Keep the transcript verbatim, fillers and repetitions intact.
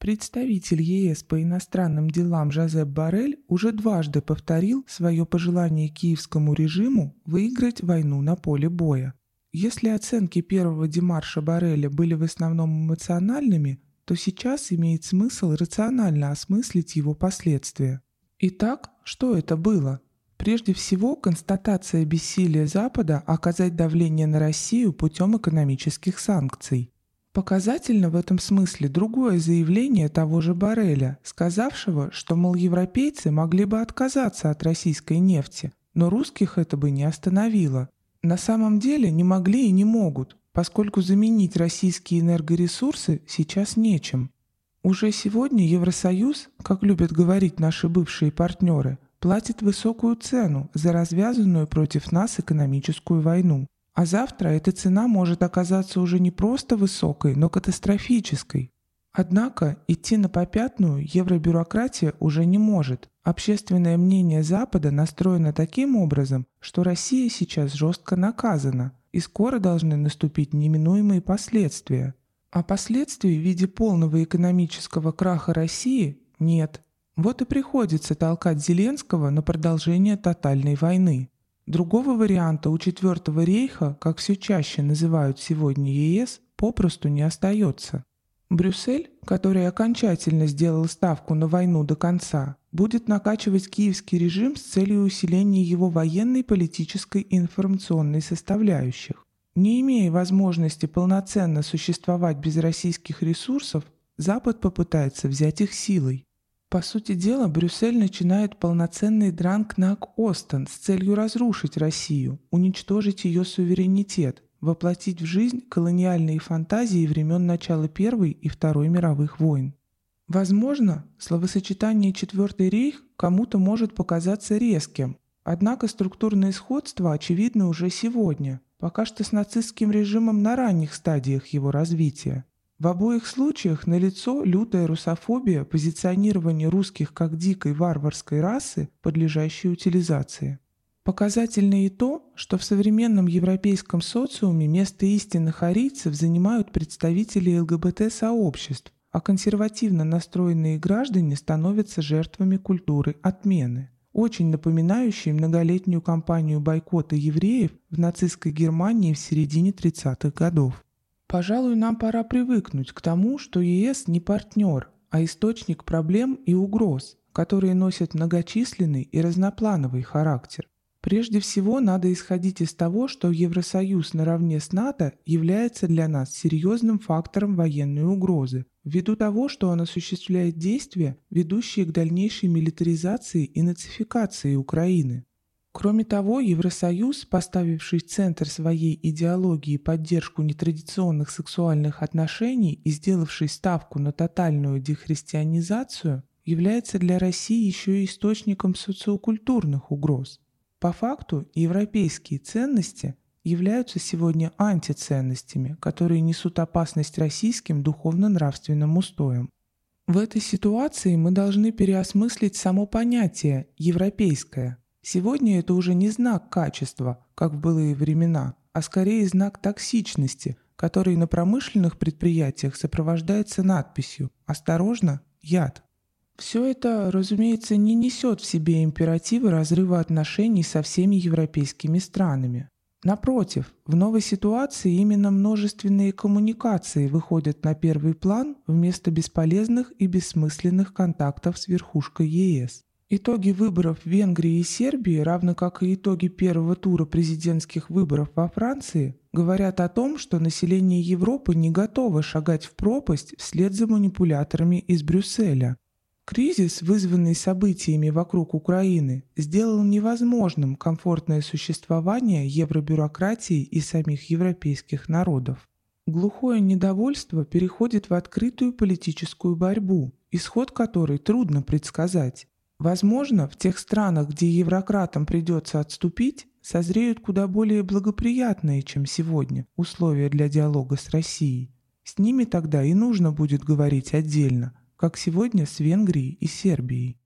Представитель ЕС по иностранным делам Жозеп Боррель уже дважды повторил свое пожелание киевскому режиму выиграть войну на поле боя. Если оценки первого демарша Борреля были в основном эмоциональными, то сейчас имеет смысл рационально осмыслить его последствия. Итак, что это было? Прежде всего, констатация бессилия Запада оказать давление на Россию путем экономических санкций. Показательно в этом смысле другое заявление того же Борреля, сказавшего, что, мол, европейцы могли бы отказаться от российской нефти, но русских это бы не остановило. На самом деле не могли и не могут, поскольку заменить российские энергоресурсы сейчас нечем. Уже сегодня Евросоюз, как любят говорить наши бывшие партнеры, платит высокую цену за развязанную против нас экономическую войну. А завтра эта цена может оказаться уже не просто высокой, но катастрофической. Однако идти на попятную евробюрократия уже не может. Общественное мнение Запада настроено таким образом, что Россия сейчас жестко наказана, и скоро должны наступить неминуемые последствия. А последствий в виде полного экономического краха России нет. Вот и приходится толкать Зеленского на продолжение тотальной войны. Другого варианта у Четвертого рейха, как все чаще называют сегодня ЕС, попросту не остается. Брюссель, который окончательно сделал ставку на войну до конца, будет накачивать киевский режим с целью усиления его военной, политической и информационной составляющих. Не имея возможности полноценно существовать без российских ресурсов, Запад попытается взять их силой. По сути дела, Брюссель начинает полноценный дранг на Остен с целью разрушить Россию, уничтожить ее суверенитет, воплотить в жизнь колониальные фантазии времен начала Первой и Второй мировых войн. Возможно, словосочетание «Четвертый рейх» кому-то может показаться резким, однако структурное сходство очевидно уже сегодня, пока что с нацистским режимом на ранних стадиях его развития. В обоих случаях налицо лютая русофобия, позиционирование русских как дикой варварской расы, подлежащей утилизации. Показательно и то, что в современном европейском социуме место истинных арийцев занимают представители ЛГБТ-сообществ, а консервативно настроенные граждане становятся жертвами культуры отмены, очень напоминающей многолетнюю кампанию бойкота евреев в нацистской Германии в середине тридцатых годов. Пожалуй, нам пора привыкнуть к тому, что ЕС не партнер, а источник проблем и угроз, которые носят многочисленный и разноплановый характер. Прежде всего, надо исходить из того, что Евросоюз наравне с НАТО является для нас серьезным фактором военной угрозы, ввиду того, что он осуществляет действия, ведущие к дальнейшей милитаризации и нацификации Украины. Кроме того, Евросоюз, поставивший в центр своей идеологии поддержку нетрадиционных сексуальных отношений и сделавший ставку на тотальную дехристианизацию, является для России еще и источником социокультурных угроз. По факту, европейские ценности являются сегодня антиценностями, которые несут опасность российским духовно-нравственным устоям. В этой ситуации мы должны переосмыслить само понятие «европейское». Сегодня это уже не знак качества, как в былые времена, а скорее знак токсичности, который на промышленных предприятиях сопровождается надписью «Осторожно, яд». Все это, разумеется, не несет в себе императивы разрыва отношений со всеми европейскими странами. Напротив, в новой ситуации именно множественные коммуникации выходят на первый план вместо бесполезных и бессмысленных контактов с верхушкой ЕС. Итоги выборов в Венгрии и Сербии, равно как и итоги первого тура президентских выборов во Франции, говорят о том, что население Европы не готово шагать в пропасть вслед за манипуляторами из Брюсселя. Кризис, вызванный событиями вокруг Украины, сделал невозможным комфортное существование евробюрократии и самих европейских народов. Глухое недовольство переходит в открытую политическую борьбу, исход которой трудно предсказать. Возможно, в тех странах, где еврократам придется отступить, созреют куда более благоприятные, чем сегодня, условия для диалога с Россией. С ними тогда и нужно будет говорить отдельно, как сегодня с Венгрией и Сербией.